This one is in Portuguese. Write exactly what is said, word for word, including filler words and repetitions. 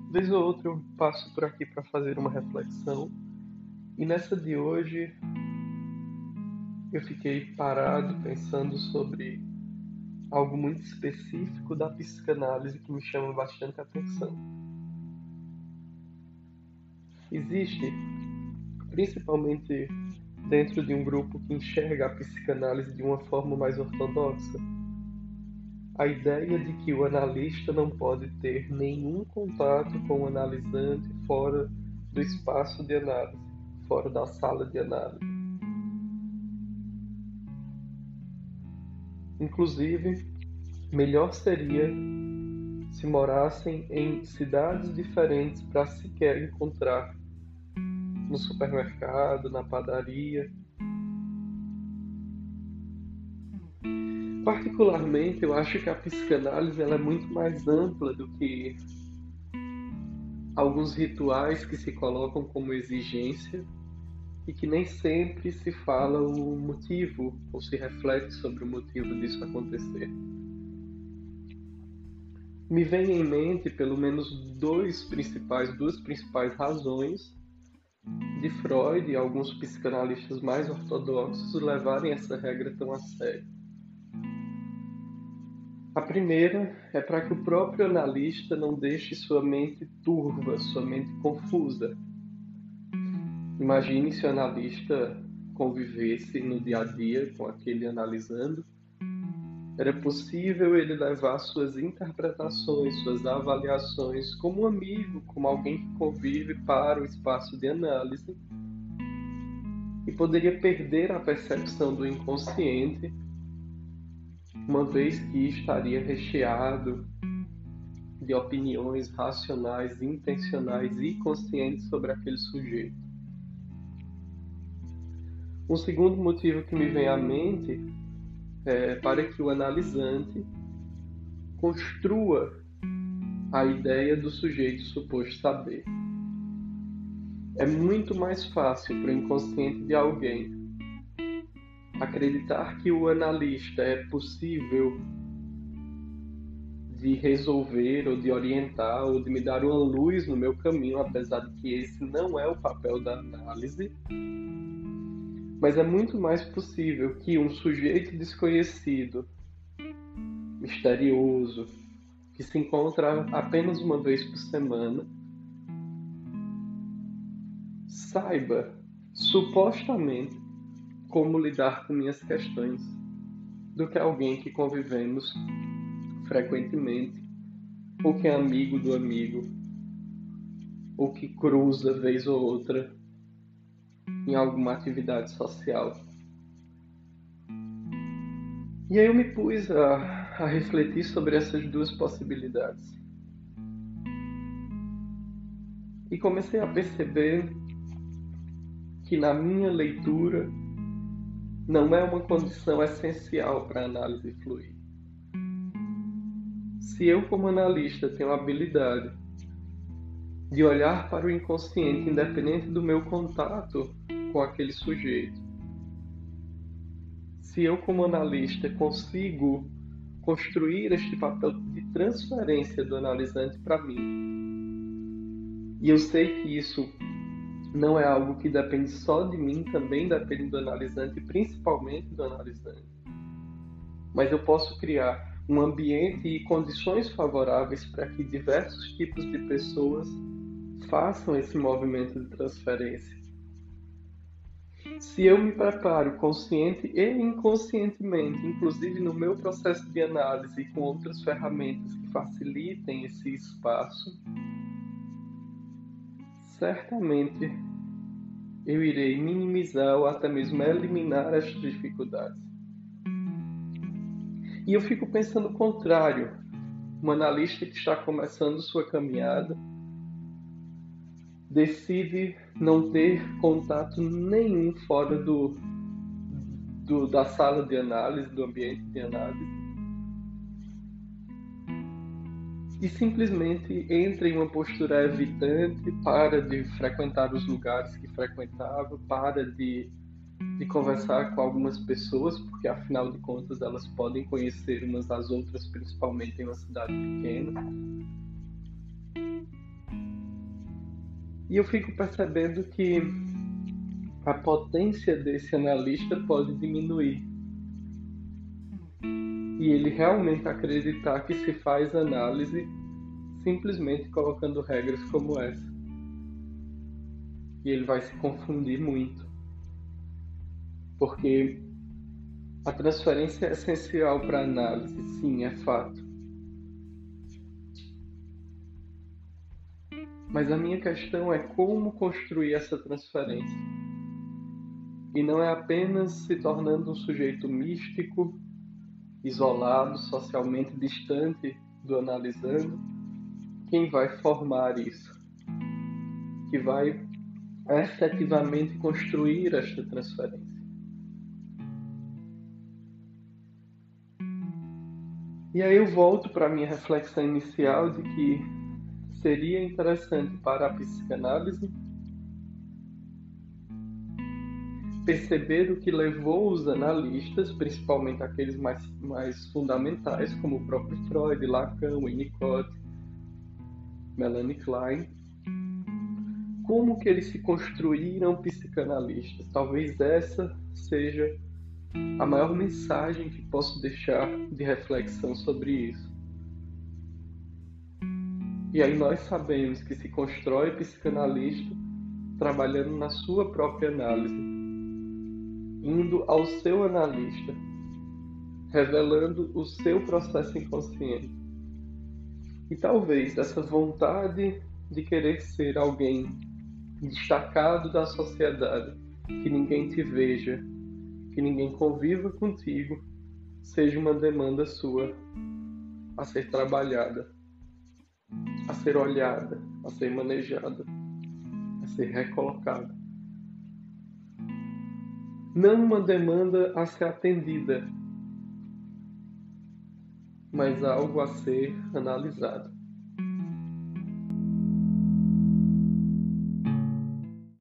Vez ou outra eu passo por aqui para fazer uma reflexão, e nessa de hoje eu fiquei parado pensando sobre algo muito específico da psicanálise que me chama bastante atenção. Existe, principalmente dentro de um grupo que enxerga a psicanálise de uma forma mais ortodoxa, a ideia de que o analista não pode ter nenhum contato com o analisante fora do espaço de análise, fora da sala de análise. Inclusive, melhor seria se morassem em cidades diferentes para sequer encontrar no supermercado, na padaria. Particularmente, eu acho que a psicanálise ela é muito mais ampla do que alguns rituais que se colocam como exigência e que nem sempre se fala o motivo ou se reflete sobre o motivo disso acontecer. Me vem em mente pelo menos dois principais, duas principais razões de Freud e alguns psicanalistas mais ortodoxos levarem essa regra tão a sério. A primeira é para que o próprio analista não deixe sua mente turva, sua mente confusa. Imagine se o analista convivesse no dia a dia com aquele analisando. Era possível ele levar suas interpretações, suas avaliações como um amigo, como alguém que convive para o espaço de análise e poderia perder a percepção do inconsciente, uma vez que estaria recheado de opiniões racionais, intencionais e conscientes sobre aquele sujeito. Um segundo motivo que me vem à mente é para que o analisante construa a ideia do sujeito suposto saber. É muito mais fácil para o inconsciente de alguém acreditar que o analista é possível de resolver ou de orientar ou de me dar uma luz no meu caminho, apesar de que esse não é o papel da análise. Mas é muito mais possível que um sujeito desconhecido, misterioso, que se encontra apenas uma vez por semana, saiba, supostamente, como lidar com minhas questões, do que alguém que convivemos frequentemente, ou que é amigo do amigo, ou que cruza vez ou outra em alguma atividade social. E aí eu me pus a, a refletir sobre essas duas possibilidades. E comecei a perceber que na minha leitura não é uma condição essencial para a análise fluir. Se eu, como analista, tenho a habilidade de olhar para o inconsciente independente do meu contato com aquele sujeito, se eu, como analista, consigo construir este papel de transferência do analisante para mim, e eu sei que isso não é algo que depende só de mim, também depende do analisante, principalmente do analisante, mas eu posso criar um ambiente e condições favoráveis para que diversos tipos de pessoas façam esse movimento de transferência. Se eu me preparo consciente e inconscientemente, inclusive no meu processo de análise com outras ferramentas que facilitem esse espaço, certamente eu irei minimizar ou até mesmo eliminar as dificuldades. E eu fico pensando o contrário. Um analista que está começando sua caminhada decide não ter contato nenhum fora do, do, da sala de análise, do ambiente de análise, e simplesmente entra em uma postura evitante, para de frequentar os lugares que frequentava, para de, de conversar com algumas pessoas, porque afinal de contas elas podem conhecer umas às outras, principalmente em uma cidade pequena. E eu fico percebendo que a potência desse analista pode diminuir. E ele realmente acreditar que se faz análise simplesmente colocando regras como essa. E ele vai se confundir muito. Porque a transferência é essencial para a análise, sim, é fato. Mas a minha questão é como construir essa transferência. E não é apenas se tornando um sujeito místico, isolado, socialmente distante do analisando, quem vai formar isso, que vai efetivamente construir esta transferência. E aí eu volto para a minha reflexão inicial de que seria interessante para a psicanálise perceber o que levou os analistas, principalmente aqueles mais, mais fundamentais, como o próprio Freud, Lacan, Winnicott, Melanie Klein, como que eles se construíram psicanalistas. Talvez essa seja a maior mensagem que posso deixar de reflexão sobre isso. E aí nós sabemos que se constrói psicanalista trabalhando na sua própria análise, indo ao seu analista, revelando o seu processo inconsciente. E talvez essa vontade de querer ser alguém destacado da sociedade, que ninguém te veja, que ninguém conviva contigo, seja uma demanda sua a ser trabalhada, a ser olhada, a ser manejada, a ser recolocada. Não uma demanda a ser atendida, mas algo a ser analisado.